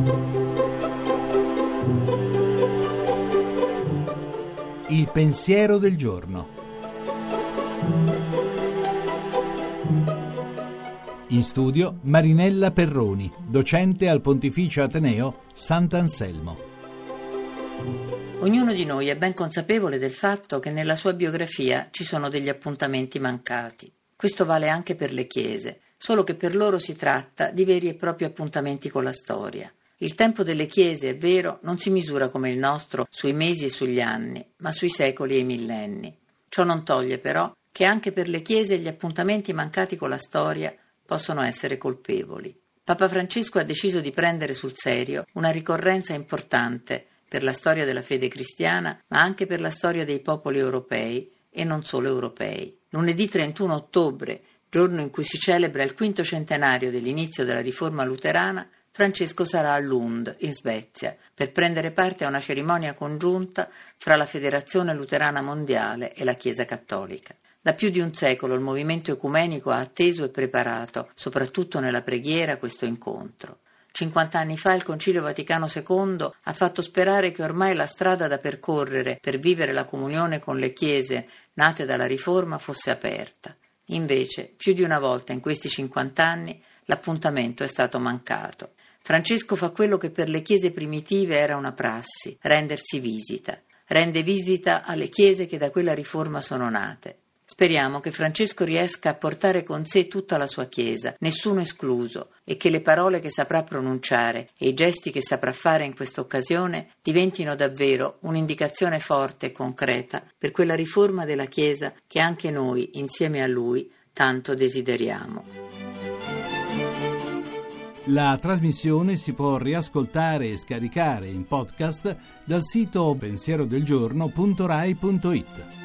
Il pensiero del giorno. In studio Marinella Perroni, docente al Pontificio Ateneo Sant'Anselmo. Ognuno di noi è ben consapevole del fatto che nella sua biografia ci sono degli appuntamenti mancati. Questo vale anche per le chiese, solo che per loro si tratta di veri e propri appuntamenti con la storia. Il tempo delle chiese, è vero, non si misura come il nostro sui mesi e sugli anni, ma sui secoli e i millenni. Ciò non toglie però che anche per le chiese gli appuntamenti mancati con la storia possono essere colpevoli. Papa Francesco ha deciso di prendere sul serio una ricorrenza importante per la storia della fede cristiana, ma anche per la storia dei popoli europei e non solo europei. Lunedì 31 ottobre, giorno in cui si celebra il 5° centenario dell'inizio della riforma luterana, Francesco sarà a Lund, in Svezia, per prendere parte a una cerimonia congiunta fra la Federazione Luterana Mondiale e la Chiesa Cattolica. Da più di un secolo il movimento ecumenico ha atteso e preparato, soprattutto nella preghiera, questo incontro. 50 anni fa il Concilio Vaticano II ha fatto sperare che ormai la strada da percorrere per vivere la comunione con le chiese nate dalla Riforma fosse aperta. Invece, più di una volta in questi 50 anni, l'appuntamento è stato mancato. Francesco fa quello che per le chiese primitive era una prassi, rendersi visita. Rende visita alle chiese che da quella riforma sono nate. Speriamo che Francesco riesca a portare con sé tutta la sua Chiesa, nessuno escluso, e che le parole che saprà pronunciare e i gesti che saprà fare in questa occasione diventino davvero un'indicazione forte e concreta per quella riforma della Chiesa che anche noi, insieme a lui, tanto desideriamo. La trasmissione si può riascoltare e scaricare in podcast dal sito pensierodelgiorno.rai.it.